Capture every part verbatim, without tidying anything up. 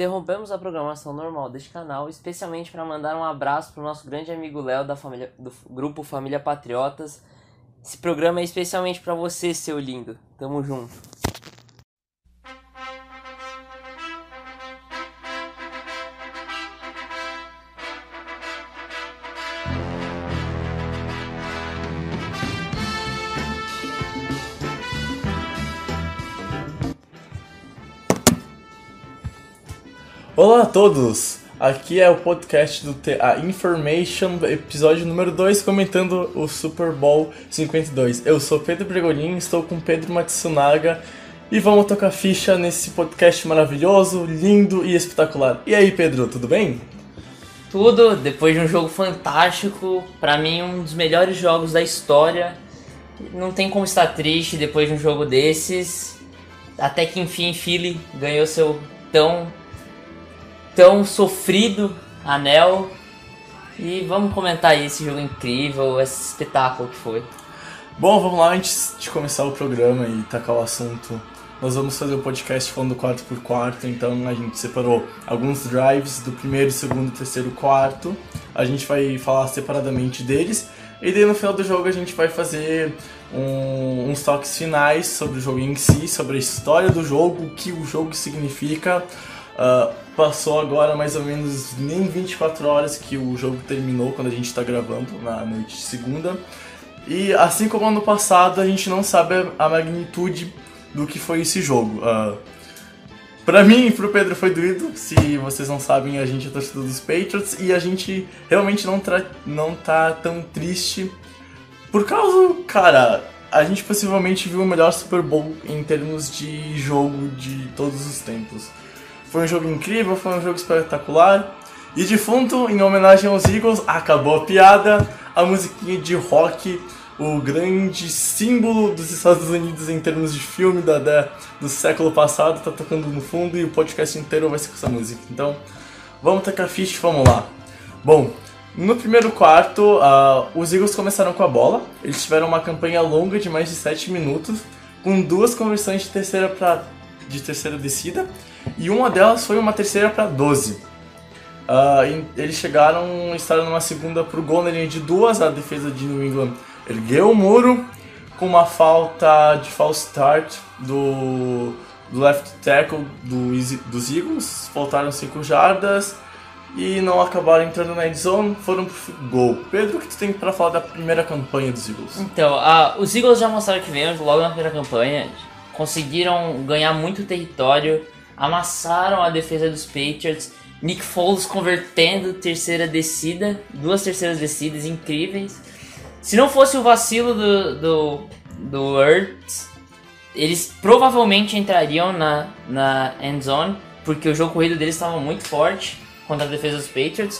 Interrompemos a programação normal deste canal, especialmente para mandar um abraço para o nosso grande amigo Léo da família, do grupo Família Patriotas. Esse programa é especialmente para você, seu lindo. Tamo junto. Olá a todos! Aqui é o podcast do The A Information, episódio número dois, comentando o Super Bowl cinquenta e dois. Eu sou Pedro Bregolin, estou com Pedro Matsunaga e vamos tocar ficha nesse podcast maravilhoso, lindo e espetacular. E aí, Pedro, tudo bem? Tudo, depois de um jogo fantástico, pra mim um dos melhores jogos da história. Não tem como estar triste depois de um jogo desses. Até que enfim Philly ganhou seu tão... tão sofrido anel. E vamos comentar aí esse jogo incrível, esse espetáculo que foi. Bom, vamos lá, antes de começar o programa e tacar o assunto, nós vamos fazer o podcast falando quarto por quarto. Então a gente separou alguns drives do primeiro, segundo, terceiro, quarto. A gente vai falar separadamente deles. E daí no final do jogo a gente vai fazer um, uns toques finais sobre o jogo em si, sobre a história do jogo, o que o jogo significa. Uh, passou agora mais ou menos nem vinte e quatro horas que o jogo terminou quando a gente está gravando, na noite de segunda. E assim como ano passado, a gente não sabe a magnitude do que foi esse jogo. Uh, pra mim e pro Pedro foi doído. Se vocês não sabem, a gente é torcedor dos Patriots e a gente realmente não, tra- não tá tão triste. Por causa, cara, a gente possivelmente viu o melhor Super Bowl em termos de jogo de todos os tempos. Foi um jogo incrível, foi um jogo espetacular. E de fundo, em homenagem aos Eagles, acabou a piada, a musiquinha de rock, o grande símbolo dos Estados Unidos em termos de filme da, da, do século passado, tá tocando no fundo e o podcast inteiro vai ser com essa música. Então, vamos tacar ficha e vamos lá. Bom, no primeiro quarto, uh, os Eagles começaram com a bola. Eles tiveram uma campanha longa de mais de sete minutos, com duas conversões de terceira, pra, de terceira descida. E uma delas foi uma terceira para doze. Uh, eles chegaram a estar numa segunda pro gol na linha de duas. A defesa de New England ergueu o muro com uma falta de false start do, do left tackle do, dos Eagles. Faltaram cinco jardas e não acabaram entrando na end zone, foram pro gol. Pedro, o que tu tem para falar da primeira campanha dos Eagles? Então, uh, os Eagles já mostraram que vêm logo na primeira campanha. Conseguiram ganhar muito território, amassaram a defesa dos Patriots. Nick Foles convertendo terceira descida, duas terceiras descidas incríveis. Se não fosse o vacilo do, do, do Ertz, eles provavelmente entrariam na, na end zone, porque o jogo corrido deles estava muito forte contra a defesa dos Patriots.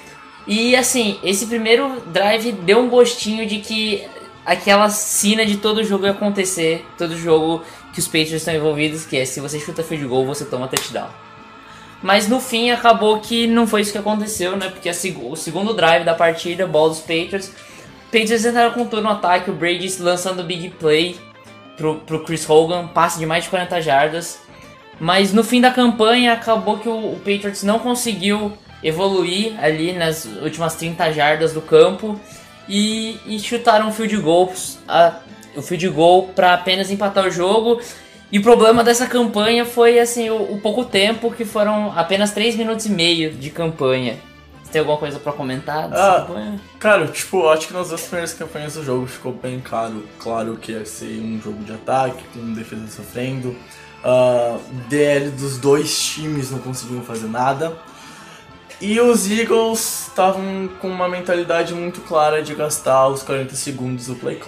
E assim, esse primeiro drive deu um gostinho de que aquela cena de todo jogo ia acontecer, todo jogo que os Patriots estão envolvidos, que é se você chuta field goal, você toma touchdown. Mas no fim acabou que não foi isso que aconteceu, né? Porque a seg- o segundo drive da partida, bola dos Patriots, Patriots entraram com todo no ataque, o Brady lançando o big play pro, pro Chris Hogan, passe de mais de quarenta jardas. Mas no fim da campanha acabou que o, o Patriots não conseguiu evoluir ali nas últimas trinta jardas do campo e, e chutaram field goals, a, o field goal para apenas empatar o jogo. E o problema dessa campanha foi assim, o, o pouco tempo, que foram apenas três minutos e meio de campanha. Você tem alguma coisa pra comentar dessa ah, campanha? Cara, tipo, acho que nas duas primeiras campanhas do jogo ficou bem claro, claro que ia ser um jogo de ataque, com defesa sofrendo. Uh, D L dos dois times não conseguiam fazer nada. E os Eagles estavam com uma mentalidade muito clara de gastar os quarenta segundos do play call.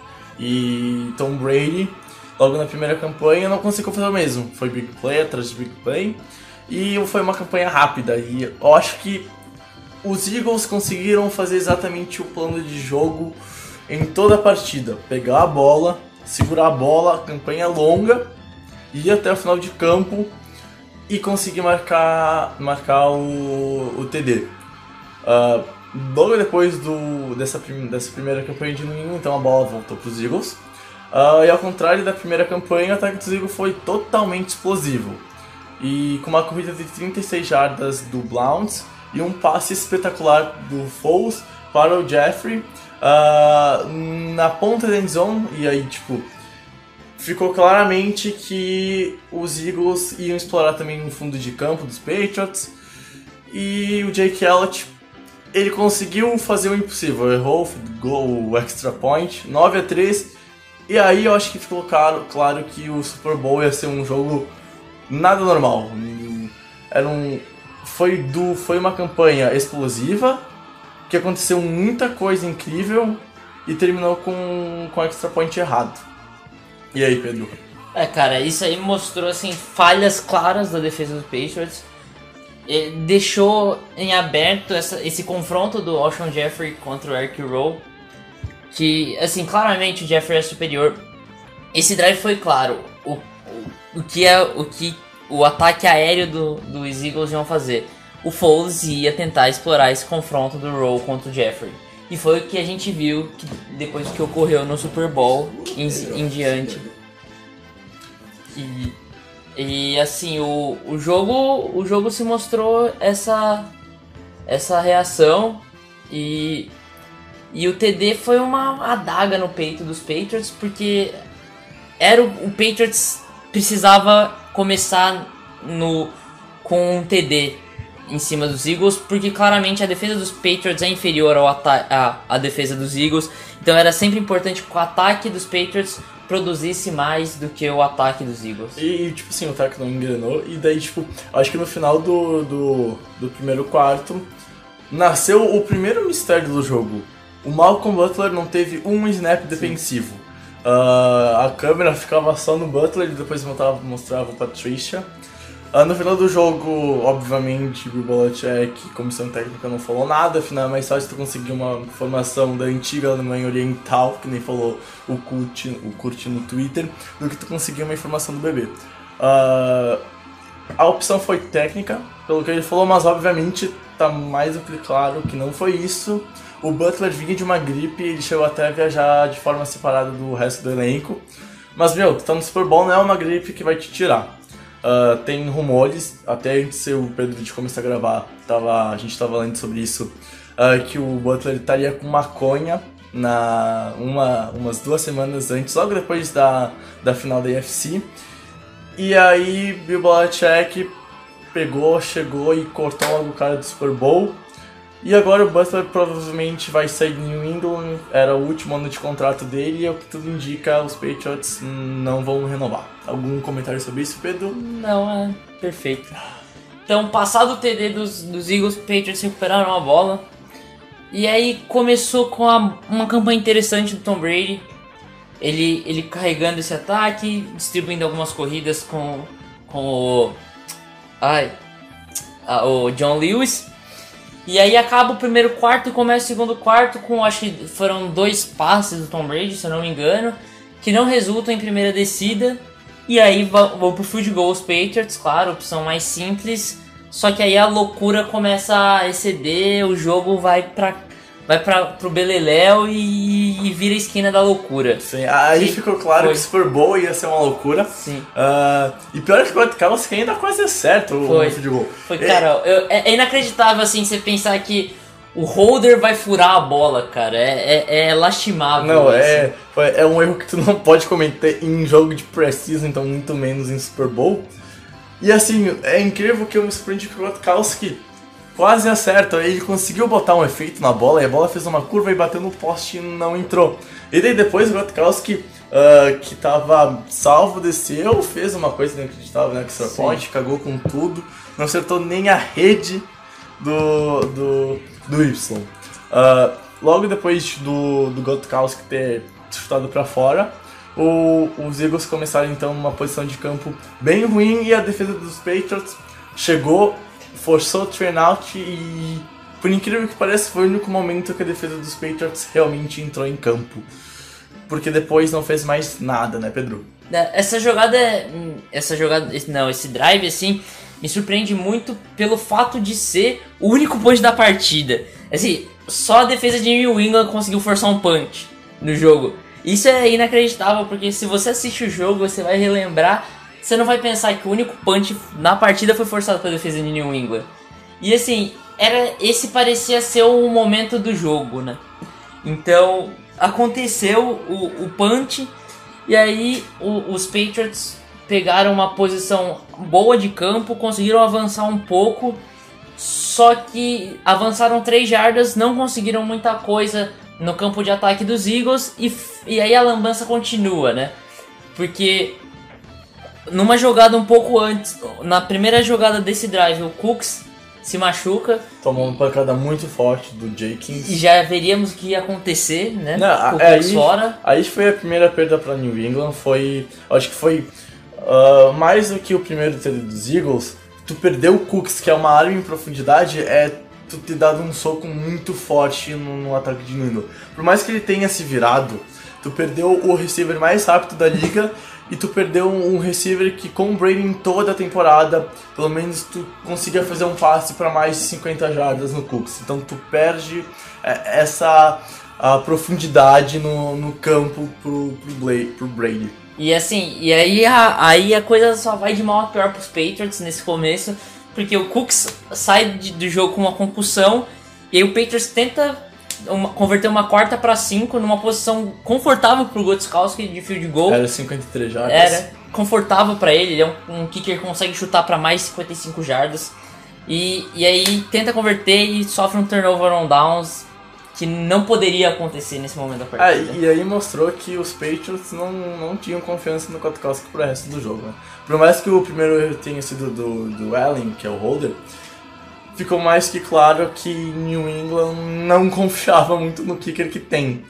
E Tom Brady, logo na primeira campanha, não conseguiu fazer o mesmo. Foi big play atrás de big play. E foi uma campanha rápida. E eu acho que os Eagles conseguiram fazer exatamente o plano de jogo em toda a partida. Pegar a bola, segurar a bola, campanha longa, ir até o final de campo e conseguir marcar, marcar o, o T D. Uh, logo depois do, dessa, prim, dessa primeira campanha de New então a bola voltou para os Eagles. Uh, e ao contrário da primeira campanha, o ataque dos Eagles foi totalmente explosivo. e com uma corrida de trinta e seis jardas do Blount e um passe espetacular do Foles para o Jeffrey uh, na ponta da endzone, e aí tipo ficou claramente que os Eagles iam explorar também o fundo de campo dos Patriots, e o Jake Elliott, ele conseguiu fazer o impossível, errou o gol, o extra point, nove a três, e aí eu acho que ficou claro, claro que o Super Bowl ia ser um jogo nada normal. Era um, foi, do, foi uma campanha explosiva, que aconteceu muita coisa incrível e terminou com, com extra point errado. E aí, Pedro? É, cara, isso aí mostrou assim falhas claras da defesa dos Patriots. Ele deixou em aberto essa, esse confronto do Alshon Jeffrey contra o Eric Rowe, que, assim, claramente o Jeffrey é superior. Esse drive foi claro, o, o, o que é o que o ataque aéreo do, dos Eagles iam fazer. O Foles ia tentar explorar esse confronto do Rowe contra o Jeffrey. E foi o que a gente viu que, depois do que ocorreu no Super Bowl em, em diante. E, e assim, o, o, jogo, o jogo se mostrou essa, essa reação, e, e o T D foi uma adaga no peito dos Patriots, porque era o, o Patriots precisava começar no, com um T D em cima dos Eagles, porque claramente a defesa dos Patriots é inferior ao ata- a, a defesa dos Eagles, então era sempre importante que o ataque dos Patriots produzisse mais do que o ataque dos Eagles. E, tipo assim, o ataque não engrenou, e daí, tipo, acho que no final do, do, do primeiro quarto, nasceu o primeiro mistério do jogo. O Malcolm Butler não teve um snap defensivo. Uh, a câmera ficava só no Butler e depois mostrava, mostrava o Patricia. Uh, no final do jogo, obviamente, o Belichick, comissão técnica, não falou nada. Afinal, é mais fácil tu conseguir uma informação da antiga Alemanha Oriental, que nem falou o Kurt, o Kurt no Twitter, do que tu conseguir uma informação do bebê. Uh, a opção foi técnica, pelo que ele falou, mas obviamente tá mais do que claro que não foi isso. O Butler vinha de uma gripe, ele chegou até a viajar de forma separada do resto do elenco. Mas, meu, tu tá no Super Bowl, não é uma gripe que vai te tirar. Uh, tem rumores, até antes o Pedro de começar a gravar, tava, a gente tava lendo sobre isso, uh, que o Butler estaria com maconha na, uma, umas duas semanas antes, logo depois da, da final da A F C. E aí Bill Belichick pegou, chegou e cortou logo o cara do Super Bowl. E agora o Butler provavelmente vai sair de New England, era o último ano de contrato dele, e é o que tudo indica, os Patriots não vão renovar. Algum comentário sobre isso, Pedro? Não, é perfeito. Então, passado o T D dos, dos Eagles, os Patriots recuperaram a bola. E aí começou com a, uma campanha interessante do Tom Brady. Ele, ele carregando esse ataque, distribuindo algumas corridas com, com o, ai, a, o John Lewis. E aí acaba o primeiro quarto e começa o segundo quarto com, acho que foram dois passes do Tom Brady, se eu não me engano, que não resultam em primeira descida. E aí vão pro field goal os Patriots, claro, opção mais simples. Só que aí a loucura começa a exceder, o jogo vai pra, vai pra, pro beleléu e, e vira a esquina da loucura. Sim, aí Sim, ficou claro foi. que o Super Bowl ia ser uma loucura. Sim. Uh, e pior é que o Carlos que ainda quase certo o Foi. futebol. Foi, cara, eu, é, é inacreditável assim você pensar que o holder vai furar a bola, cara. É, é, é lastimável. Não, isso. é, foi- é um erro que tu não pode cometer em jogo de pré-season, então muito menos em Super Bowl. E assim, é incrível que eu me surpreendi que o Grotkowski quase acerta. Ele conseguiu botar um efeito na bola e a bola fez uma curva e bateu no poste e não entrou. E daí depois o Grotkowski, uh, que tava salvo, desceu, fez uma coisa inacreditável, né? Que extra point, cagou com tudo, não acertou nem a rede do, do, do Y. Uh, logo depois do, do Grotkowski ter chutado pra fora, o, os Eagles começaram então numa posição de campo bem ruim e a defesa dos Patriots chegou, forçou o train out e, por incrível que pareça, foi o único momento que a defesa dos Patriots realmente entrou em campo. Porque depois não fez mais nada, né, Pedro? Essa jogada, essa jogada, não, esse drive assim, me surpreende muito pelo fato de ser o único punch da partida. Assim, só a defesa de New England conseguiu forçar um punch no jogo. Isso é inacreditável, porque se você assiste o jogo, você vai relembrar você não vai pensar que o único punch na partida foi forçado pela defesa de New England. E assim, era, esse parecia ser o momento do jogo, né? Então, aconteceu o, o punch, e aí o, os Patriots pegaram uma posição boa de campo, conseguiram avançar um pouco, só que avançaram três jardas, não conseguiram muita coisa no campo de ataque dos Eagles, e, e aí a lambança continua, né? Porque numa jogada um pouco antes, na primeira jogada desse drive, o Cooks se machuca. Tomou uma pancada muito forte do Jenkins. E já veríamos o que ia acontecer, né? Não, o é, Cooks aí, fora. Aí foi a primeira perda para New England. Foi, acho que foi uh, mais do que o primeiro T D dos Eagles. Tu perdeu o Cooks, que é uma arma em profundidade, é tu ter dado um soco muito forte no, no ataque de New England. Por mais que ele tenha se virado, tu perdeu o receiver mais rápido da liga. E tu perdeu um receiver que com o Brady em toda a temporada, pelo menos tu conseguia fazer um passe para mais de cinquenta jardas no Cooks. Então tu perde essa a profundidade no, no campo pro, pro, Blade, pro Brady. E assim, e aí a, aí a coisa só vai de mal a pior pros Patriots nesse começo, porque o Cooks sai de, do jogo com uma concussão, e aí o Patriots tenta Uma, converter uma quarta para cinco numa posição confortável pro Gostkowski de field goal. Era cinquenta e três jardas. Era confortável para ele, ele é um, um kicker que consegue chutar para mais cinquenta e cinco jardas. E, e aí tenta converter e sofre um turnover on downs que não poderia acontecer nesse momento da partida. Ah, e aí mostrou que os Patriots não, não tinham confiança no Gostkowski pro resto do jogo, né? Por mais que o primeiro erro tenha sido do, do Allen, que é o holder, ficou mais que claro que New England não confiava muito no kicker que tem.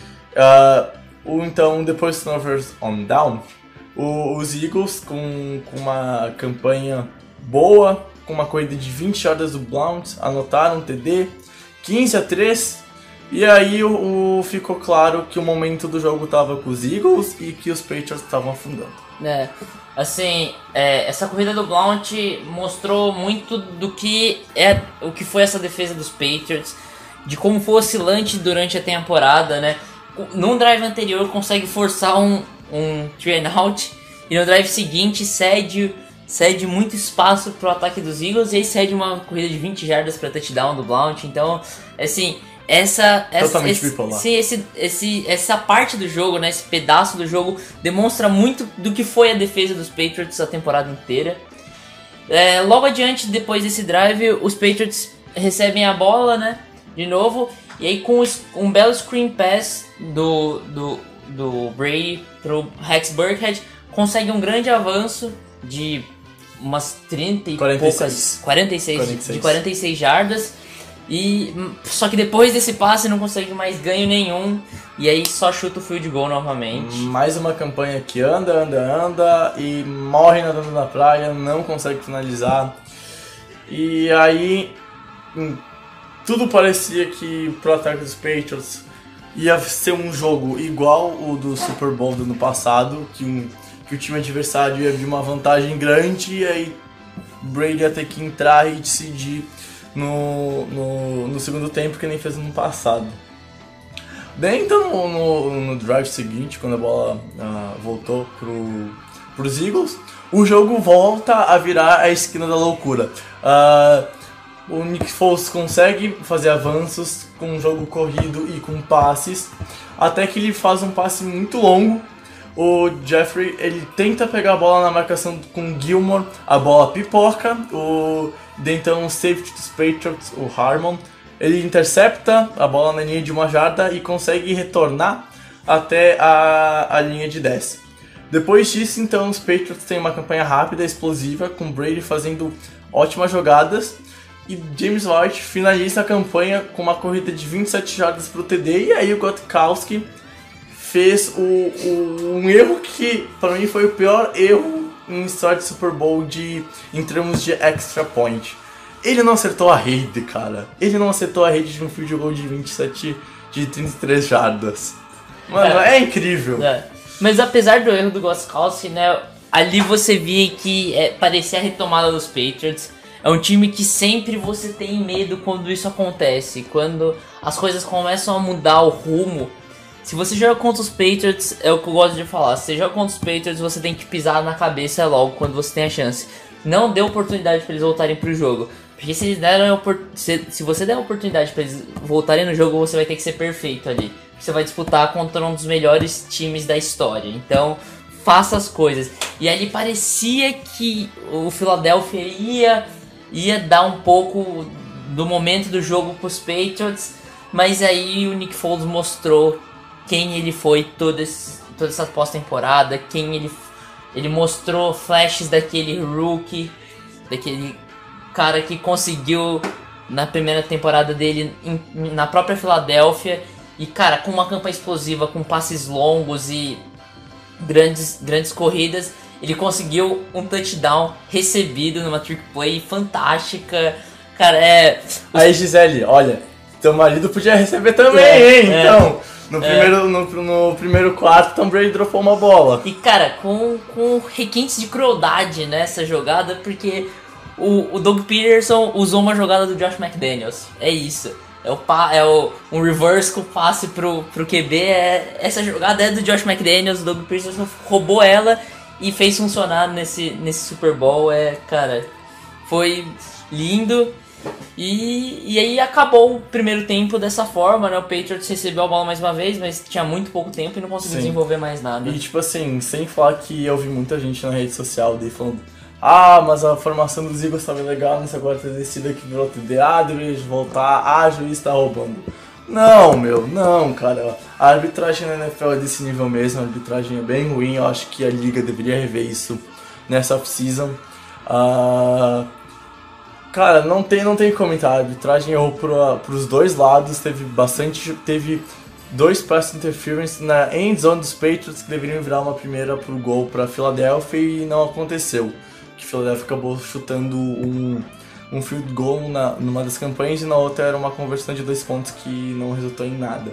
Uh, o, então, depois do turnovers on down, o, os Eagles, com, com uma campanha boa, com uma corrida de vinte jardas do Blount, anotaram um T D, quinze a três, e aí o, o, ficou claro que o momento do jogo estava com os Eagles e que os Patriots estavam afundando. É, assim, é, essa corrida do Blount mostrou muito do que é o que foi essa defesa dos Patriots, de como foi oscilante durante a temporada, né? Num drive anterior consegue forçar um, um three and out, e no drive seguinte cede, cede muito espaço pro ataque dos Eagles, e aí cede uma corrida de vinte jardas para touchdown do Blount. Então, assim, essa, essa esse, sim, esse, esse, essa parte do jogo, né, esse pedaço do jogo demonstra muito do que foi a defesa dos Patriots a temporada inteira. É, logo adiante, depois desse drive, os Patriots recebem a bola, né, de novo, e aí com um belo screen pass do, do, do Brady pro Rex Burkhead, consegue um grande avanço de umas trinta e quarenta e seis. poucas, quarenta e seis, quarenta e seis. de quarenta e seis jardas. E só que depois desse passe não consegue mais ganho nenhum, e aí só chuta o field goal novamente. Mais uma campanha que anda, anda, anda e morre nadando na praia, não consegue finalizar. E aí tudo parecia que pro ataque dos Patriots ia ser um jogo igual o do Super Bowl do ano passado, que, um, que o time adversário ia vir uma vantagem grande, e aí Brady ia ter que entrar e decidir No, no, no segundo tempo, que nem fez no ano passado. Daí então no, no, no drive seguinte, quando a bola uh, voltou pro, pros Eagles, o jogo volta a virar a esquina da loucura. Uh, o Nick Foles consegue fazer avanços com um jogo corrido e com passes, até que ele faz um passe muito longo. O Jeffrey, ele tenta pegar a bola na marcação com o Gilmore, a bola pipoca, o, então o safety dos Patriots, o Harmon, ele intercepta a bola na linha de uma jarda e consegue retornar até a, a linha de dez. Depois disso, então, os Patriots têm uma campanha rápida, explosiva, com Brady fazendo ótimas jogadas, e James White finaliza a campanha com uma corrida de vinte e sete jardas para o T D, e aí o Gostkowski fez o, o, um erro que para mim foi o pior erro em história de Super Bowl de, em termos de extra point. Ele não acertou a rede, cara. Ele não acertou a rede de um field goal de vinte e sete, de trinta e três jardas. Mano, é, é incrível. É. Mas apesar do erro do Gostkowski, né, ali você via que é, parecia a retomada dos Patriots. É um time que sempre você tem medo quando isso acontece. Quando as coisas começam a mudar o rumo, Se você joga contra os Patriots, é o que eu gosto de falar. Se você joga contra os Patriots, você tem que pisar na cabeça logo quando você tem a chance. Não dê oportunidade para eles voltarem pro jogo. Porque se eles deram se, se você der a oportunidade para eles voltarem no jogo, você vai ter que ser perfeito ali. Você vai disputar contra um dos melhores times da história. Então, faça as coisas. E ali parecia que o Philadelphia ia, ia dar um pouco do momento do jogo pros Patriots. Mas aí o Nick Foles mostrou quem ele foi toda, esse, toda essa pós-temporada, quem ele, ele mostrou flashes daquele rookie, daquele cara que conseguiu na primeira temporada dele em, na própria Filadélfia, e cara, com uma campanha explosiva, com passes longos e grandes, grandes corridas, ele conseguiu um touchdown recebido numa trick play fantástica, cara, é... Aí Gisele, olha, teu marido podia receber também, é, hein, é. então... No, É. primeiro, no, no primeiro quarto, Tom Brady dropou uma bola. E cara, com, com requintes de crueldade nessa jogada, porque o, o Doug Peterson usou uma jogada do Josh McDaniels. É isso. É, o, é o, um reverse com passe pro, pro Q B. É, essa jogada é do Josh McDaniels, o Doug Peterson roubou ela e fez funcionar nesse, nesse Super Bowl. É, cara, foi lindo. E, e aí acabou o primeiro tempo dessa forma, né? O Patriots recebeu a bola mais uma vez, mas tinha muito pouco tempo e não conseguiu Sim. desenvolver mais nada. E tipo assim, sem falar que eu vi muita gente na rede social daí falando: ah, mas a formação dos Eagles estava legal nessa quarta descida que virou T D, ah, deveria voltar, ah, o juiz tá roubando. Não, meu, não, cara. A arbitragem na N F L é desse nível mesmo, a arbitragem é bem ruim, eu acho que a liga deveria rever isso nessa off-season. Ah... Uh... Cara, não tem, não tem comentar, a arbitragem errou pro, pros dois lados, teve bastante, teve dois pass interference na end zone dos Patriots que deveriam virar uma primeira pro gol pra Philadelphia e não aconteceu, que Philadelphia acabou chutando um, um field goal na, numa das campanhas e na outra era uma conversão de dois pontos que não resultou em nada.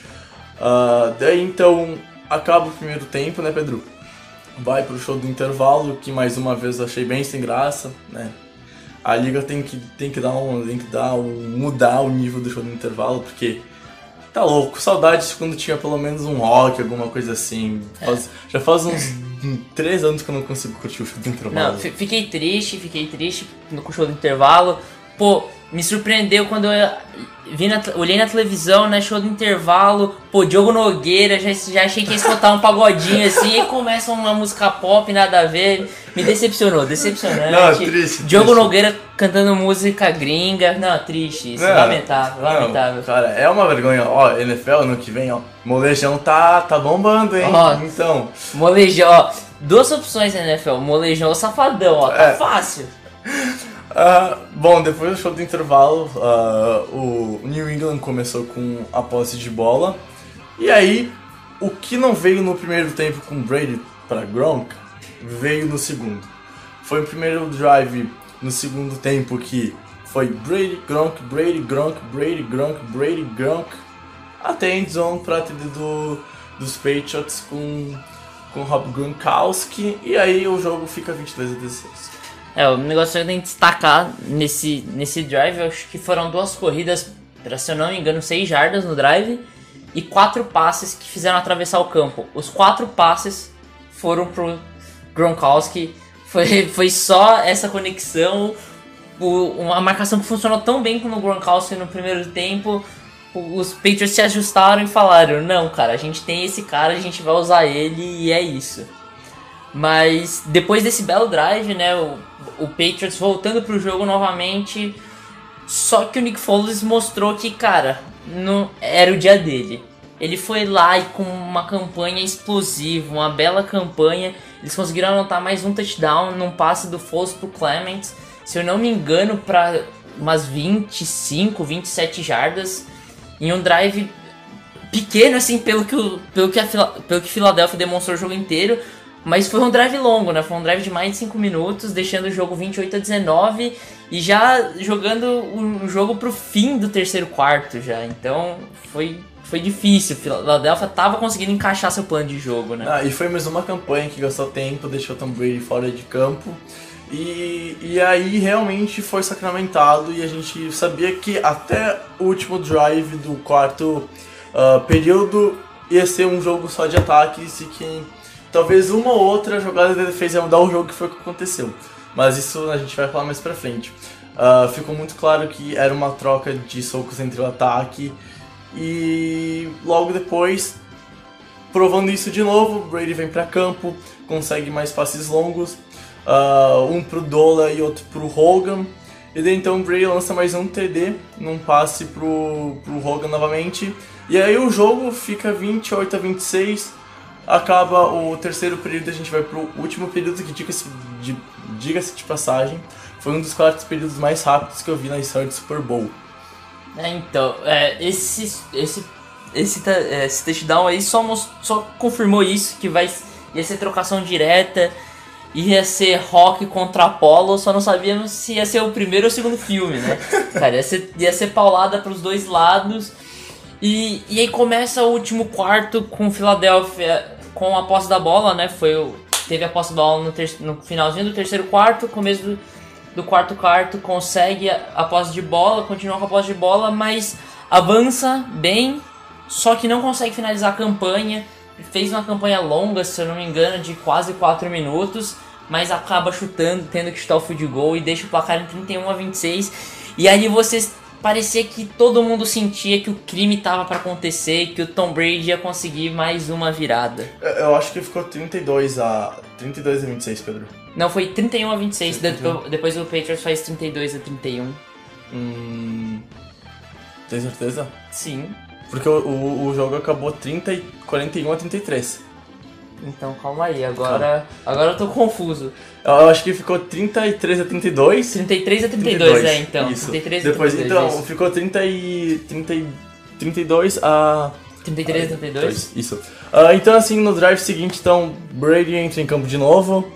Uh, daí então, acaba o primeiro tempo, né, Pedro? Vai pro show do intervalo, que mais uma vez eu achei bem sem graça, né? A liga tem que, tem que, dar um, tem que dar um, mudar o nível do show do intervalo, porque tá louco, saudades quando tinha pelo menos um rock, alguma coisa assim. Faz, é. Já faz uns três anos que eu não consigo curtir o show do intervalo. Não, fiquei triste, fiquei triste com o show do intervalo. Pô, me surpreendeu quando eu vi na, olhei na televisão, né, show do intervalo, pô, Diogo Nogueira, já, já achei que ia escutar um pagodinho assim, e começa uma música pop, nada a ver, me decepcionou, decepcionante. Não, triste, Diogo triste. Nogueira cantando música gringa, não, triste, isso, não, lamentável, não, lamentável. Cara, é uma vergonha, ó, N F L ano que vem, ó, molejão tá, tá bombando, hein, ó, então. Molejão, ó, duas opções na N F L, molejão ou safadão, ó, tá é. fácil. Uh, bom, depois do show do intervalo, uh, o New England começou com a posse de bola. E aí, o que não veio no primeiro tempo com Brady para Gronk, veio no segundo. Foi o primeiro drive no segundo tempo que foi Brady, Gronk, Brady, Gronk, Brady, Gronk, Brady, Gronk, até end zone para atender do, dos Patriots com, com Rob Gronkowski. E aí o jogo fica vinte e dois a dezesseis. É, o negócio que eu tenho que destacar nesse, nesse drive, eu acho que foram duas corridas, pra, se eu não me engano, seis jardas no drive e quatro passes que fizeram atravessar o campo. Os quatro passes foram pro Gronkowski, foi, foi só essa conexão, o, uma marcação que funcionou tão bem com o Gronkowski no primeiro tempo. Os Patriots se ajustaram e falaram, não, cara, a gente tem esse cara, a gente vai usar ele e é isso. Mas depois desse belo drive, né, o, o Patriots voltando pro jogo novamente, só que o Nick Foles mostrou que, cara, não era o dia dele. Ele foi lá e com uma campanha explosiva, uma bela campanha, eles conseguiram anotar mais um touchdown num passe do Foles pro Clement, se eu não me engano, para umas vinte e cinco, vinte e sete jardas, em um drive pequeno, assim, pelo que, o, pelo que, a, pelo que Philadelphia demonstrou o jogo inteiro. Mas foi um drive longo, né? Foi um drive de mais de cinco minutos, deixando o jogo vinte e oito a dezenove e já jogando o jogo pro fim do terceiro quarto já. Então foi, foi difícil. Philadelphia tava conseguindo encaixar seu plano de jogo, né? Ah, e foi mais uma campanha que gastou tempo, deixou Tom Brady fora de campo. E, e aí realmente foi sacramentado e a gente sabia que até o último drive do quarto uh, período ia ser um jogo só de ataques e que talvez uma ou outra jogada de defesa ia mudar o jogo, que foi o que aconteceu. Mas isso a gente vai falar mais pra frente. Uh, ficou muito claro que era uma troca de socos entre o ataque e logo depois, provando isso de novo, Brady vem pra campo, consegue mais passes longos, uh, um pro Dola e outro pro Hogan. E daí então o Brady lança mais um T D num passe pro, pro Hogan novamente. E aí o jogo fica vinte e oito a vinte e seis, acaba o terceiro período, a gente vai pro último período que, diga-se de, diga-se de passagem, foi um dos quatro períodos mais rápidos que eu vi na história do Super Bowl. É, então, é, esse, esse, esse, esse touchdown aí só, most, só confirmou isso, que vai, ia ser trocação direta, ia ser Rock contra Apollo, só não sabíamos se ia ser o primeiro ou o segundo filme, né? Cara, ia ser, ia ser paulada pros dois lados. E, e aí começa o último quarto com Philadelphia com a posse da bola, né? Foi o, teve a posse da bola no, ter, no finalzinho do terceiro quarto, começo do, do quarto quarto, consegue a, a posse de bola, continua com a posse de bola, mas avança bem, só que não consegue finalizar a campanha. Fez uma campanha longa, se eu não me engano, de quase quatro minutos, mas acaba chutando, tendo que chutar o field goal e deixa o placar em trinta e um a vinte e seis. E aí vocês... parecia que todo mundo sentia que o crime tava pra acontecer e que o Tom Brady ia conseguir mais uma virada. Eu acho que ficou trinta e dois a vinte e seis, Pedro. Não, foi trinta e um a vinte e seis, depois, depois o Patriots faz trinta e dois a trinta e um. Hum... Tem certeza? Sim. Porque o, o, o jogo acabou trinta, quarenta e um a trinta e três. Então calma aí, agora, agora eu tô confuso. Eu acho que ficou trinta e três a trinta e dois. trinta e três a trinta e dois, é, então. Isso. trinta e três a Depois, trinta e dois, então, isso. ficou trinta e, trinta, trinta e dois a... trinta e três a trinta e dois? Isso. Uh, então, assim, no drive seguinte, então, Brady entra em campo de novo.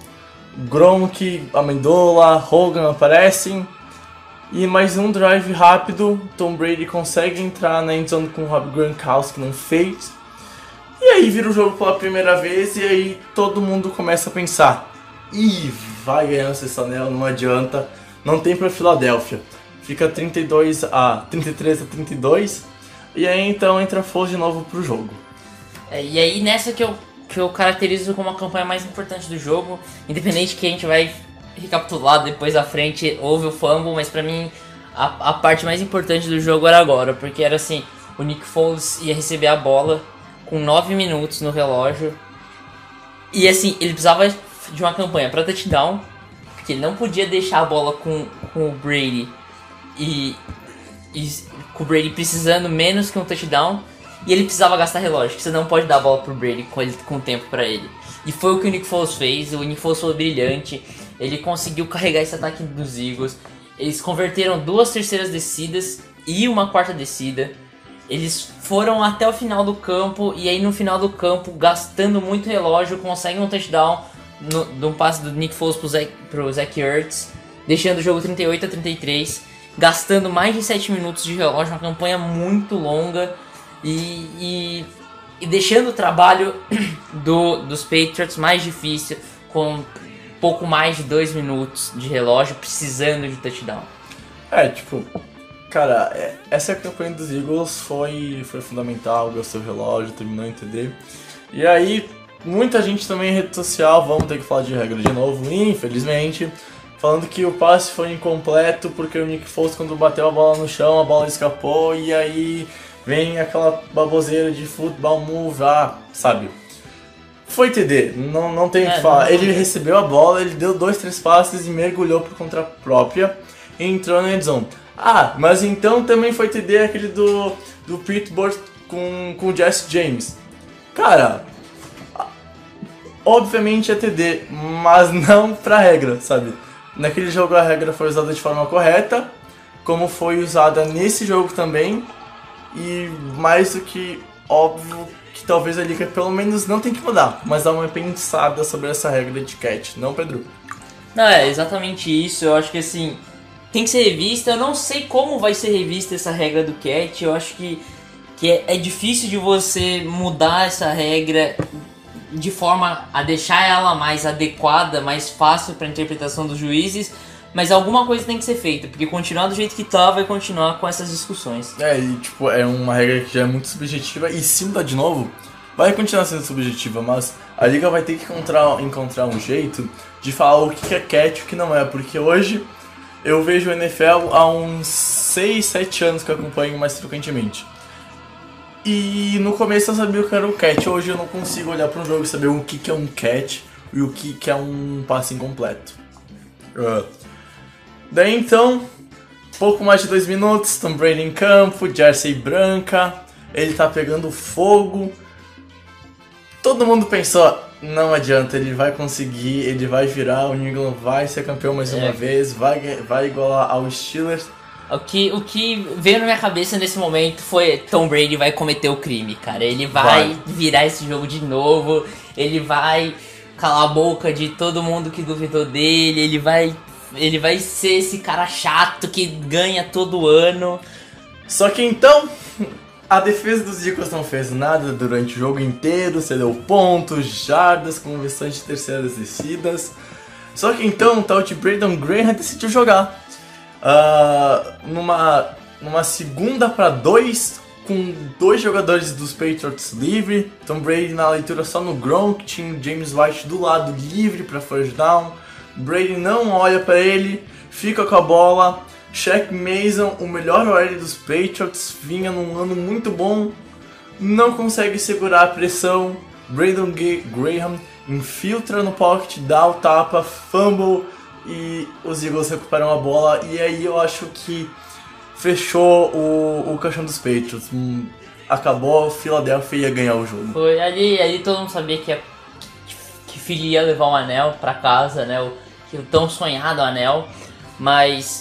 Gronk, Amendola, Hogan aparecem. E mais um drive rápido. Tom Brady consegue entrar na endzone com o Rob Gronkowski, não fez. E aí vira o jogo pela primeira vez e aí todo mundo começa a pensar: ih, vai ganhar o sexto anel, não adianta, não tem pra Filadélfia. Fica trinta e dois a trinta e três a trinta e dois e aí então entra Foles de novo pro jogo. É, e aí nessa que eu, que eu caracterizo como a campanha mais importante do jogo, independente que a gente vai recapitular depois à frente, houve o fumble, mas pra mim a, a parte mais importante do jogo era agora, porque era assim, o Nick Foles ia receber a bola com nove minutos no relógio. E assim, ele precisava de uma campanha para touchdown, porque ele não podia deixar a bola com, com o Brady e, e com o Brady precisando menos que um touchdown. E ele precisava gastar relógio, que você não pode dar a bola pro Brady com, ele, com tempo para ele. E foi o que o Nick Foles fez. O Nick Foles foi brilhante. Ele conseguiu carregar esse ataque dos Eagles. Eles converteram duas terceiras descidas e uma quarta descida. Eles foram até o final do campo e aí no final do campo, gastando muito relógio, conseguem um touchdown no, de um passe do Nick Foles pro Zach, pro Zach Ertz, deixando o jogo trinta e oito a trinta e três, gastando mais de sete minutos de relógio, uma campanha muito longa e, e, e deixando o trabalho do, dos Patriots mais difícil, com pouco mais de dois minutos de relógio, precisando de touchdown. É, tipo... Cara, essa campanha dos Eagles foi, foi fundamental, gastou o relógio, terminou em T D. E aí, muita gente também em rede social, vamos ter que falar de regra de novo, infelizmente, falando que o passe foi incompleto porque o Nick Foles, quando bateu a bola no chão, a bola escapou e aí vem aquela baboseira de football move, ah, sabe? Foi T D, não, não tem o é, que falar. Não, ele recebeu a bola, ele deu dois, três passes e mergulhou por conta própria e entrou na endzone. Ah, mas então também foi T D aquele do, do Pittsburgh com, com o Jesse James. Cara, obviamente é T D, mas não pra regra, sabe? Naquele jogo a regra foi usada de forma correta, como foi usada nesse jogo também. E mais do que óbvio que talvez a liga pelo menos não tem que mudar, mas dá uma pensada sobre essa regra de catch, não, Pedro? Não, é exatamente isso. Eu acho que assim, tem que ser revista. Eu não sei como vai ser revista essa regra do catch. Eu acho que, que é, é difícil de você mudar essa regra de forma a deixar ela mais adequada, mais fácil para a interpretação dos juízes. Mas alguma coisa tem que ser feita, porque continuar do jeito que tá vai continuar com essas discussões. É, e tipo, é uma regra que já é muito subjetiva, e se mudar de novo, vai continuar sendo subjetiva, mas a liga vai ter que encontrar, encontrar um jeito de falar o que é catch e o que não é, porque hoje eu vejo o N F L há uns seis, sete anos que eu acompanho mais frequentemente. E no começo eu sabia o que era um catch, hoje eu não consigo olhar para um jogo e saber o que é um catch e o que é um passe incompleto. Uh. Daí então, pouco mais de dois minutos, Tom Brady em campo, jersey branca, ele tá pegando fogo. Todo mundo pensou, não adianta, ele vai conseguir, ele vai virar, o New England vai ser campeão mais uma é. vez, vai, vai igualar aos Steelers. O que, o que veio na minha cabeça nesse momento foi Tom Brady vai cometer o crime, cara. Ele vai, vai virar esse jogo de novo, ele vai calar a boca de todo mundo que duvidou dele, ele vai, ele vai ser esse cara chato que ganha todo ano. Só que então, a defesa dos Eagles não fez nada durante o jogo inteiro, cedeu pontos, jardas, conversões de terceiras descidas. Só que então o tal de Brandon Graham decidiu jogar. Uh, numa, numa segunda para dois, com dois jogadores dos Patriots livre, Tom Brady na leitura só no Gronk, tinha o James White do lado livre para first down. Brady não olha para ele, fica com a bola. Shaq Mason, o melhor O L dos Patriots, vinha num ano muito bom, não consegue segurar a pressão. Brandon Graham infiltra no pocket, dá o tapa, fumble e os Eagles recuperam a bola. E aí eu acho que fechou o, o caixão dos Patriots. Hum, acabou, Philadelphia ia ganhar o jogo. Foi ali, ali todo mundo sabia que, que Philly ia levar um anel pra casa, né? O, o tão sonhado anel, mas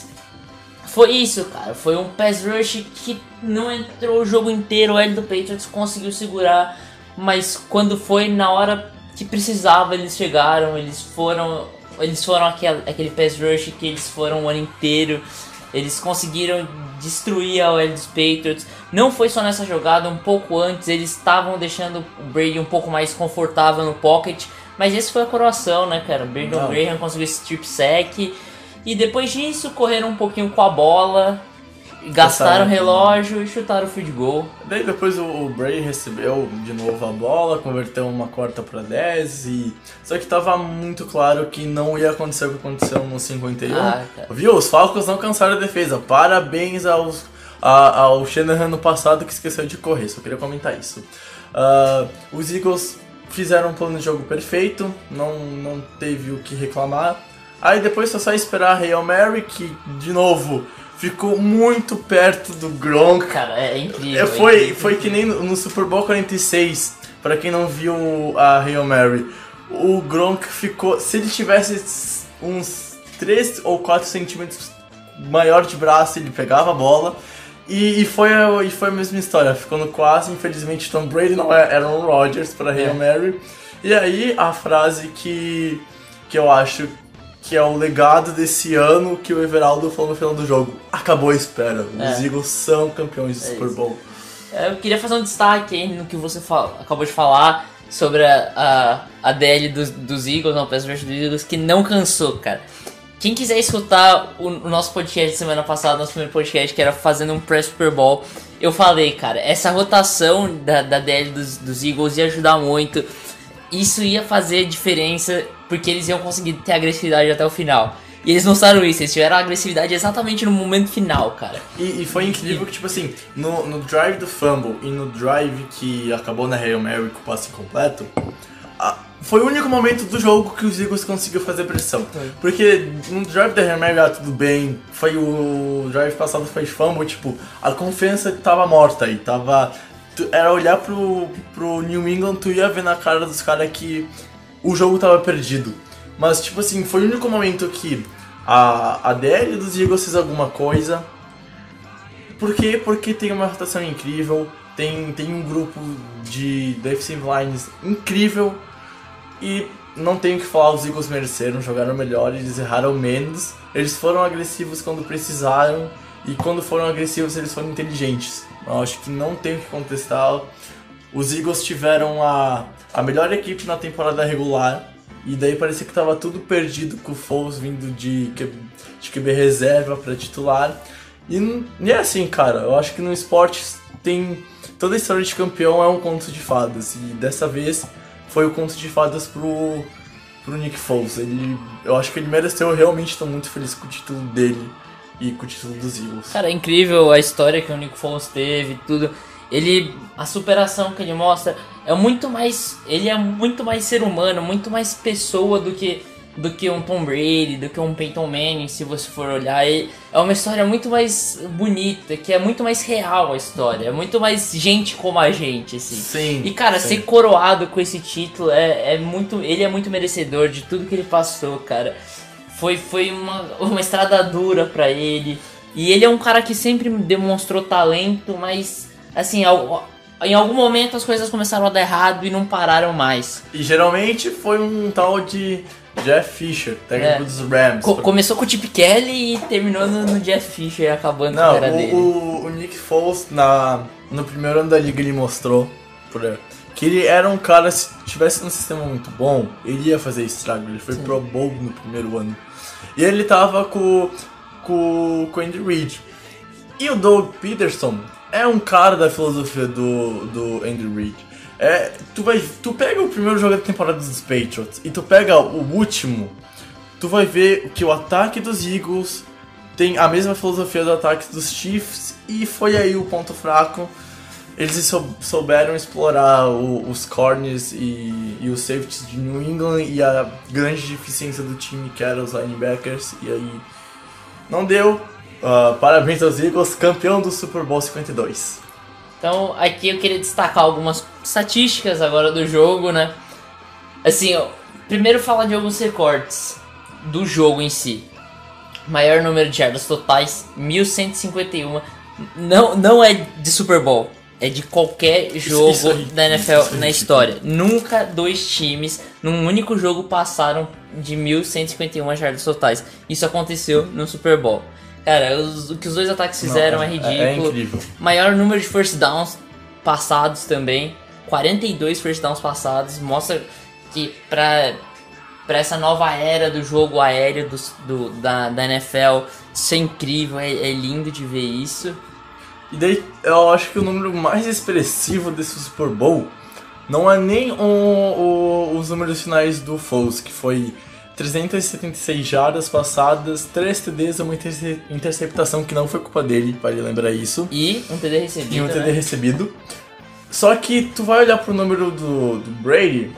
foi isso, cara. Foi um pass rush que não entrou o jogo inteiro. O L do Patriots conseguiu segurar, mas quando foi na hora que precisava, eles chegaram. Eles foram, eles foram aquele, aquele pass rush que eles foram o ano inteiro. Eles conseguiram destruir a O L dos Patriots. Não foi só nessa jogada, um pouco antes eles estavam deixando o Brady um pouco mais confortável no pocket. Mas esse foi a coroação, né, cara? O Brandon Graham conseguiu esse strip sack. E depois disso, correram um pouquinho com a bola, gastaram o relógio e chutaram o field goal. Daí depois o Brady recebeu de novo a bola, converteu uma quarta para dez. E... Só que tava muito claro que não ia acontecer o que aconteceu no cinquenta e um. Ah, viu? Os Falcons não cansaram a defesa. Parabéns aos, a, ao Shanahan no passado que esqueceu de correr. Só queria comentar isso. Uh, os Eagles fizeram um plano de jogo perfeito, não, não teve o que reclamar. Aí depois foi só esperar a Hail Mary, que de novo ficou muito perto do Gronk. Cara, é incrível. É, foi, é incrível. Foi que nem no Super Bowl quarenta e seis, pra quem não viu a Hail Mary, o Gronk ficou, se ele tivesse uns três ou quatro centímetros maior de braço, ele pegava a bola. E, e, foi, a, e foi a mesma história, ficou no quase, infelizmente Tom Brady não é Aaron Rodgers para Hail Mary. E aí a frase que, que eu acho que é o legado desse ano que o Everaldo falou no final do jogo: acabou a espera, os é. Eagles são campeões do é Super Bowl. Eu queria fazer um destaque aí no que você fala, acabou de falar sobre a, a, a D L dos, dos Eagles, não, o pass rush dos Eagles, que não cansou, cara. Quem quiser escutar o, o nosso podcast de semana passada, nosso primeiro podcast, que era fazendo um pré-Super Bowl, eu falei, cara, essa rotação da, da D L dos, dos Eagles ia ajudar muito. Isso ia fazer diferença, porque eles iam conseguir ter agressividade até o final. E eles mostraram isso, eles tiveram a agressividade exatamente no momento final, cara. E, e foi incrível que, tipo assim, no, no drive do fumble e no drive que acabou na Hail Mary com o passe completo, a, foi o único momento do jogo que os Eagles conseguiram fazer pressão. Foi. Porque no drive da Hail Mary, ah, tudo bem, foi o drive passado foi fumble, tipo, a confiança tava morta aí, tava... Era olhar pro, pro New England, tu ia ver na cara dos caras que o jogo tava perdido. Mas, tipo assim, foi o único momento que a, a D L dos Eagles fez alguma coisa. Por quê? Porque tem uma rotação incrível, tem, tem um grupo de defensive lines incrível. E não tenho o que falar, os Eagles mereceram, jogaram melhor, eles erraram menos. Eles foram agressivos quando precisaram, e quando foram agressivos eles foram inteligentes. Eu acho que não tem o que contestar. Os Eagles tiveram a, a melhor equipe na temporada regular, e daí parecia que estava tudo perdido com o Foles vindo de, de Q B reserva para titular. E, e é assim, cara, eu acho que no esporte tem, toda história de campeão é um conto de fadas, e dessa vez foi o conto de fadas pro, pro Nick Foles. Ele, eu acho que ele mereceu, eu realmente estou muito feliz com o título dele e com o título dos Eagles. Cara, é incrível a história que o Nick Foles teve, tudo. Ele, a superação que ele mostra é muito mais, ele é muito mais ser humano, muito mais pessoa do que do que um Tom Brady, do que um Peyton Manning, se você for olhar. E é uma história muito mais bonita, que é muito mais real a história, é muito mais gente como a gente, assim. Sim. E cara, sim. ser coroado com esse título é, é muito, ele é muito merecedor de tudo que ele passou, cara. Foi, foi uma, uma estrada dura pra ele. E ele é um cara que sempre demonstrou talento, mas assim, ao, em algum momento as coisas começaram a dar errado e não pararam mais. E geralmente foi um tal de Jeff Fisher, técnico É. dos Rams. Co- começou com o Chip Kelly e terminou no, no Jeff Fisher, acabando com a Não, carreira dele. o, o, o Nick Foles, na, no primeiro ano da liga, ele mostrou por, que ele era um cara, se tivesse um sistema muito bom, ele ia fazer estrago. Ele foi Sim. Pro Bowl no primeiro ano. E ele tava com, com, com o Andy Reid. E o Doug Peterson é um cara da filosofia do, do Andy Reid. É, tu, vai, tu pega o primeiro jogo da temporada dos Patriots e tu pega o último, tu vai ver que o ataque dos Eagles tem a mesma filosofia do ataque dos Chiefs, e foi aí o ponto fraco. Eles sou, souberam explorar o, os corners e, e os safeties de New England e a grande deficiência do time, que era os linebackers, e aí não deu. Uh, parabéns aos Eagles, campeão do Super Bowl cinquenta e dois. Então aqui eu queria destacar algumas estatísticas agora do jogo, né? Assim, ó, primeiro falar de alguns recortes do jogo em si. Maior número de jardas totais, mil cento e cinquenta e um. Não, não é de Super Bowl, é de qualquer jogo isso aí, da N F L isso aí. na história. Nunca dois times num único jogo passaram de mil cento e cinquenta e um jardas totais. Isso aconteceu no Super Bowl. Cara, os- o que os dois ataques fizeram Não, é é- ridículo. é incrível. Maior número de first downs passados também. quarenta e dois first downs passados. Mostra que pra, pra essa nova era do jogo aéreo do, do- da, da N F L, isso é incrível, é, é lindo de ver isso. E daí eu acho que o número mais expressivo desse Super Bowl não é nem o, o- os números finais do Foles, que foi trezentas e setenta e seis jardas passadas, três T Ds, uma interce- interceptação que não foi culpa dele, vale lembrar isso, E um T D recebido. e um T D né? recebido. Só que tu vai olhar pro número do, do Brady,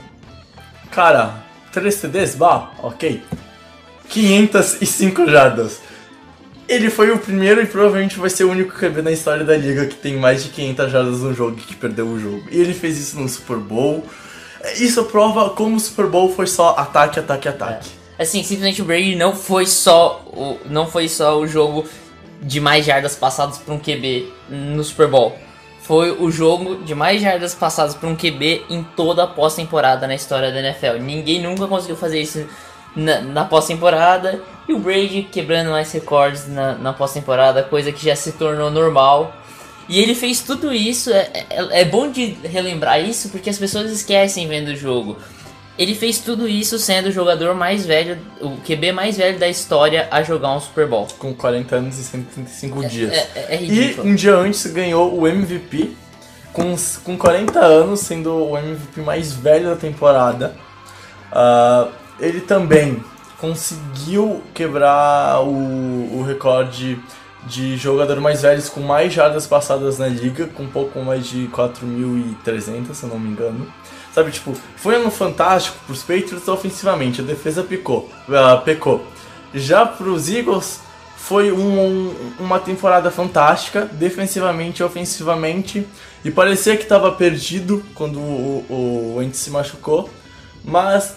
cara, três T Ds, bah, ok, quinhentas e cinco jardas. Ele foi o primeiro e provavelmente vai ser o único Q B na história da liga que tem mais de quinhentas jardas no jogo e que perdeu o jogo. E ele fez isso no Super Bowl. Isso prova como o Super Bowl foi só ataque, ataque, ataque. Assim, simplesmente o Brady não foi só o, não foi só o jogo de mais jardas passadas por um Q B no Super Bowl. Foi o jogo de mais jardas passadas por um Q B em toda a pós-temporada na história da N F L. Ninguém nunca conseguiu fazer isso na, na pós-temporada. E o Brady quebrando mais recordes na, na pós-temporada, coisa que já se tornou normal. E ele fez tudo isso, é, é, é bom de relembrar isso porque as pessoas esquecem vendo o jogo. Ele fez tudo isso sendo o jogador mais velho, o Q B mais velho da história a jogar um Super Bowl. Com quarenta anos e cento e trinta e cinco dias. É, é, é E ridículo. um dia antes ganhou o M V P, com, com quarenta anos, sendo o M V P mais velho da temporada. Ah, ele também conseguiu quebrar o, o recorde de jogador mais velhos com mais jardas passadas na liga, com um pouco mais de quatro mil e trezentas, se eu não me engano. Sabe, tipo, foi um ano fantástico pros Patriots ofensivamente, a defesa picou, uh, pecou. Já pros Eagles, foi um, um, uma temporada fantástica, defensivamente e ofensivamente, e parecia que estava perdido quando o, o, o Wentz se machucou, mas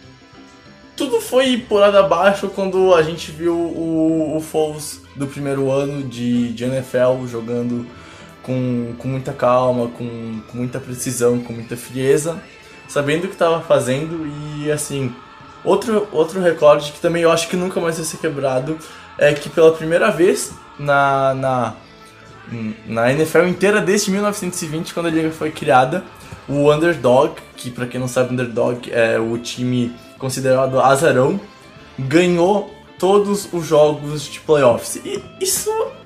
tudo foi por água abaixo quando a gente viu o, o Foles do primeiro ano de, de N F L jogando com, com muita calma, com, com muita precisão, com muita frieza, sabendo o que estava fazendo. E assim, outro, outro recorde que também eu acho que nunca mais vai ser quebrado é que pela primeira vez na, na, na N F L inteira desde mil novecentos e vinte, quando a liga foi criada, o underdog, que pra quem não sabe, underdog é o time considerado azarão, ganhou todos os jogos de playoffs. E isso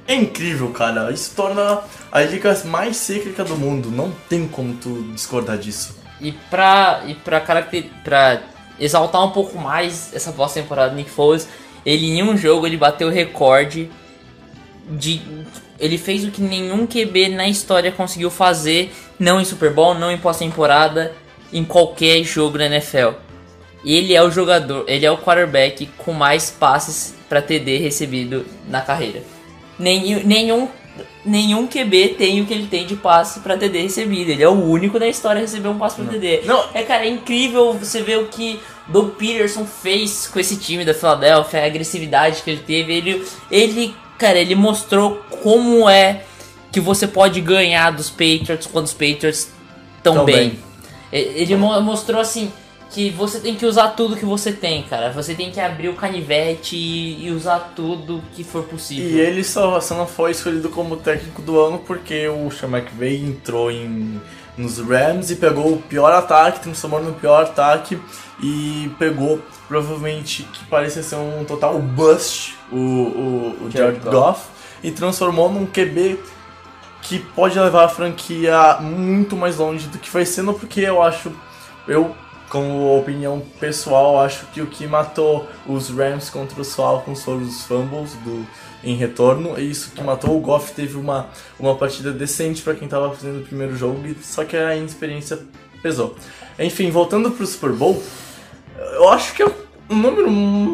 é incrível, cara. Isso torna a liga mais cíclica do mundo. Não tem como tu discordar disso. E pra, e pra, caracter, pra exaltar um pouco mais essa pós-temporada do Nick Foles, ele em um jogo ele bateu o recorde de... Ele fez o que nenhum Q B na história conseguiu fazer, não em Super Bowl, não em pós-temporada, em qualquer jogo na N F L. Ele é o jogador, ele é o quarterback com mais passes para T D recebido na carreira. Nenhum, nenhum, nenhum Q B tem o que ele tem de passe para T D recebido. Ele é o único na história a receber um passe para T D. Não. É, cara, é incrível você ver o que Doug Peterson fez com esse time da Philadelphia, a agressividade que ele teve. Ele, ele, cara, ele mostrou como é que você pode ganhar dos Patriots quando os Patriots estão bem. bem. Ele mostrou assim que você tem que usar tudo que você tem, cara. Você tem que abrir o canivete e, e usar tudo que for possível. E ele só, só não foi escolhido como técnico do ano porque o Sean McVay entrou em, nos Rams e pegou o pior ataque, transformou no pior ataque e pegou provavelmente que parecia ser um total bust o, o, o Jared Goff. Goff e transformou num Q B que pode levar a franquia muito mais longe do que foi sendo, porque eu acho, eu como opinião pessoal, acho que o que matou os Rams contra os Falcons foram os fumbles do, em retorno, e isso que matou o Goff. Teve uma, uma partida decente para quem estava fazendo o primeiro jogo, só que a inexperiência pesou. Enfim, voltando pro Super Bowl, eu acho que é o número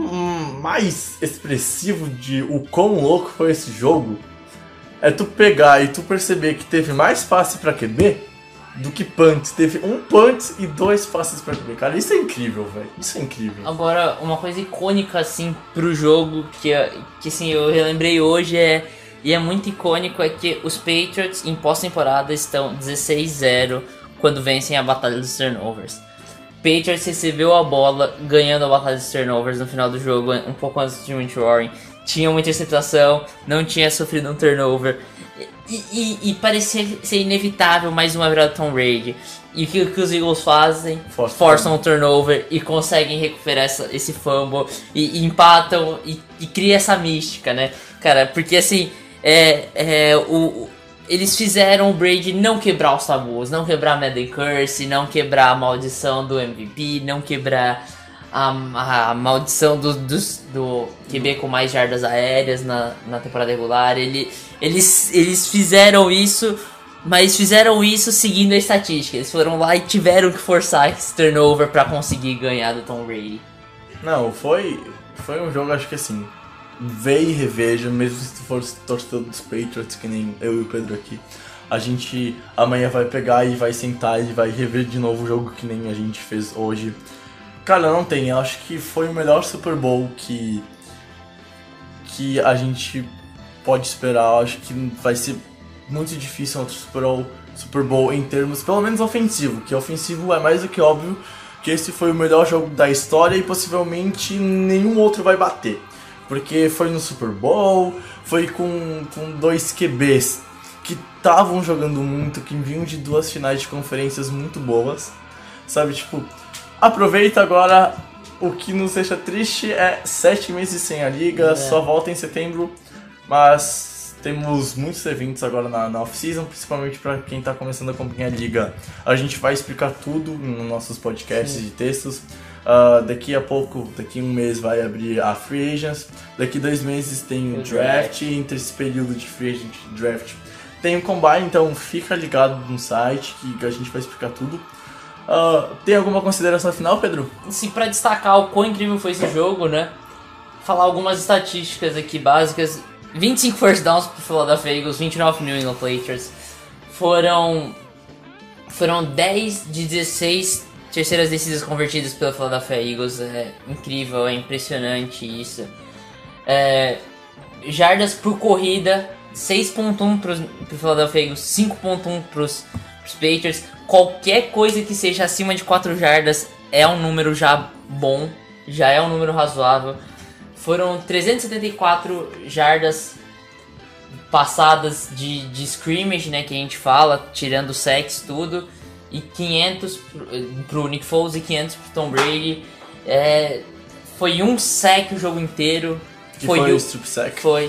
mais expressivo de o quão louco foi esse jogo é tu pegar e tu perceber que teve mais passe pra Q B do que punts. Teve um punt e dois passes pra Q B. Cara, isso é incrível, velho. Isso é incrível. Agora, uma coisa icônica, assim, pro jogo, que, que assim, eu relembrei hoje, é, e é muito icônico, é que os Patriots, em pós-temporada, estão dezesseis a zero quando vencem a batalha dos turnovers. Patriots recebeu a bola, ganhando a batalha dos turnovers no final do jogo, um pouco antes de Trent Warren. Tinha uma interceptação, não tinha sofrido um turnover. E, e, e parecia ser inevitável mais uma virada Tom Brady. E o que, que os Eagles fazem? Força Forçam um turnover e conseguem recuperar essa, esse fumble. E, e empatam e, e cria essa mística, né? Cara, porque assim, é, é, o, eles fizeram o Brady não quebrar os tabus, não quebrar a Madden Curse, não quebrar a maldição do M V P, não quebrar a, a maldição do, do, do Q B com mais jardas aéreas na, na temporada regular. Ele, eles, eles fizeram isso, mas fizeram isso seguindo a estatística. Eles foram lá e tiveram que forçar esse turnover pra conseguir ganhar do Tom Brady. Não, foi, foi um jogo, acho que assim, vê e reveja, mesmo se tu for torcedor dos Patriots, que nem eu e o Pedro aqui. A gente amanhã vai pegar e vai sentar e vai rever de novo o jogo que nem a gente fez hoje. Cara, não tem. Eu acho que foi o melhor Super Bowl que, que a gente pode esperar. Eu acho que vai ser muito difícil outro Super Bowl, Super Bowl em termos, pelo menos ofensivo. Que ofensivo é mais do que óbvio que esse foi o melhor jogo da história e possivelmente nenhum outro vai bater. Porque foi no Super Bowl, foi com, com dois Q Bs que estavam jogando muito, que vinham de duas finais de conferências muito boas. Sabe, tipo... Aproveita agora, o que nos deixa triste é sete meses sem a liga, é. Só volta em setembro, mas temos muitos eventos agora na, na off-season, principalmente para quem está começando a acompanhar a liga. A gente vai explicar tudo nos nossos podcasts e textos. Uh, daqui a pouco, daqui a um mês vai abrir a Free Agents, daqui a dois meses tem o, o draft, draft, entre esse período de Free Agent e draft tem o Combine, então fica ligado no site que a gente vai explicar tudo. Uh, tem alguma consideração final, Pedro? Sim, pra destacar o quão incrível foi esse jogo, né? Falar algumas estatísticas aqui básicas. vinte e cinco first downs pro Philadelphia Eagles, vinte e nove New England Patriots. Foram, foram dez de dezesseis terceiras descidas convertidas pela Philadelphia Eagles. É incrível, é impressionante isso. É, jardas por corrida, seis ponto um pro, pro Philadelphia Eagles, cinco ponto um pros, pros Patriots. Qualquer coisa que seja acima de quatro jardas é um número já bom, já é um número razoável. Foram trezentas e setenta e quatro jardas passadas de, de scrimmage, né, que a gente fala, tirando sacks, tudo, e quinhentos pro, pro Nick Foles e quinhentos pro Tom Brady. É, foi um sack o jogo inteiro. Que foi foi o strip sack. Foi.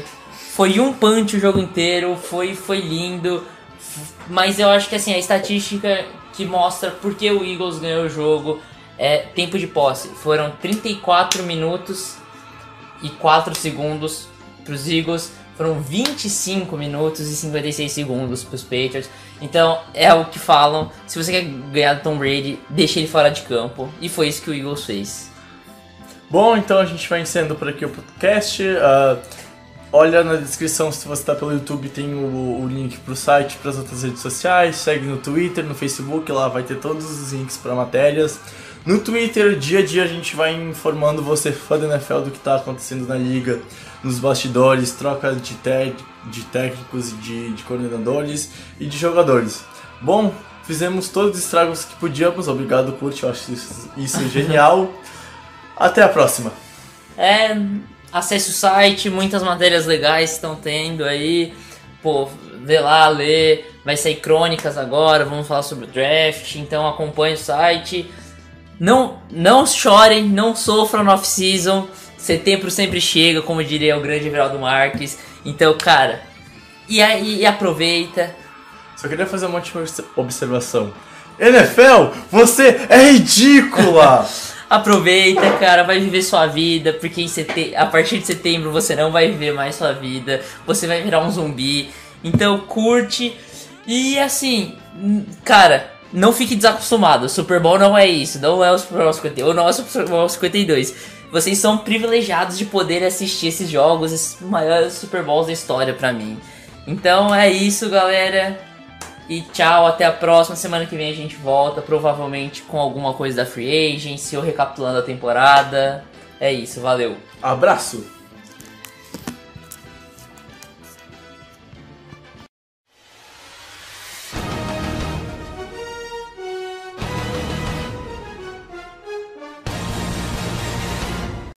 Foi um punch o jogo inteiro, foi, foi lindo. Mas eu acho que assim, a estatística que mostra por que o Eagles ganhou o jogo é tempo de posse. Foram trinta e quatro minutos e quatro segundos para os Eagles. Foram vinte e cinco minutos e cinquenta e seis segundos para os Patriots. Então é o que falam. Se você quer ganhar do Tom Brady, deixa ele fora de campo. E foi isso que o Eagles fez. Bom, então a gente vai encerrando por aqui o podcast. Uh, olha na descrição, se você está pelo YouTube, tem o, o link para o site, para as outras redes sociais. Segue no Twitter, no Facebook, lá vai ter todos os links para matérias. No Twitter, dia a dia, a gente vai informando você, fã da N F L, do que está acontecendo na liga, nos bastidores, troca de, te- de técnicos e de, de coordenadores e de jogadores. Bom, fizemos todos os estragos que podíamos. Obrigado, Kurt, eu acho isso, isso genial. Até a próxima. É, acesse o site, muitas matérias legais estão tendo aí. Pô, vê lá, lê. Vai sair crônicas agora, vamos falar sobre o draft. Então acompanhe o site. Não, não chorem, não sofram no off-season. Setembro sempre chega, como diria o grande Everaldo Marques. Então, cara, e, aí, e aproveita. Só queria fazer uma última observação. N F L, você é ridícula! Aproveita, cara, vai viver sua vida, porque em sete... a partir de setembro você não vai viver mais sua vida. Você vai virar um zumbi. Então, curte. E assim, cara, não fique desacostumado. O Super Bowl não é isso. Não é o Super Bowl cinquenta e um, não é o Super Bowl cinquenta e dois. Vocês são privilegiados de poder assistir esses jogos, esses maiores Super Bowls da história pra mim. Então é isso, galera. E tchau, até a próxima. Semana que vem a gente volta, provavelmente com alguma coisa da Free Agency ou recapitulando a temporada. É isso, valeu. Abraço!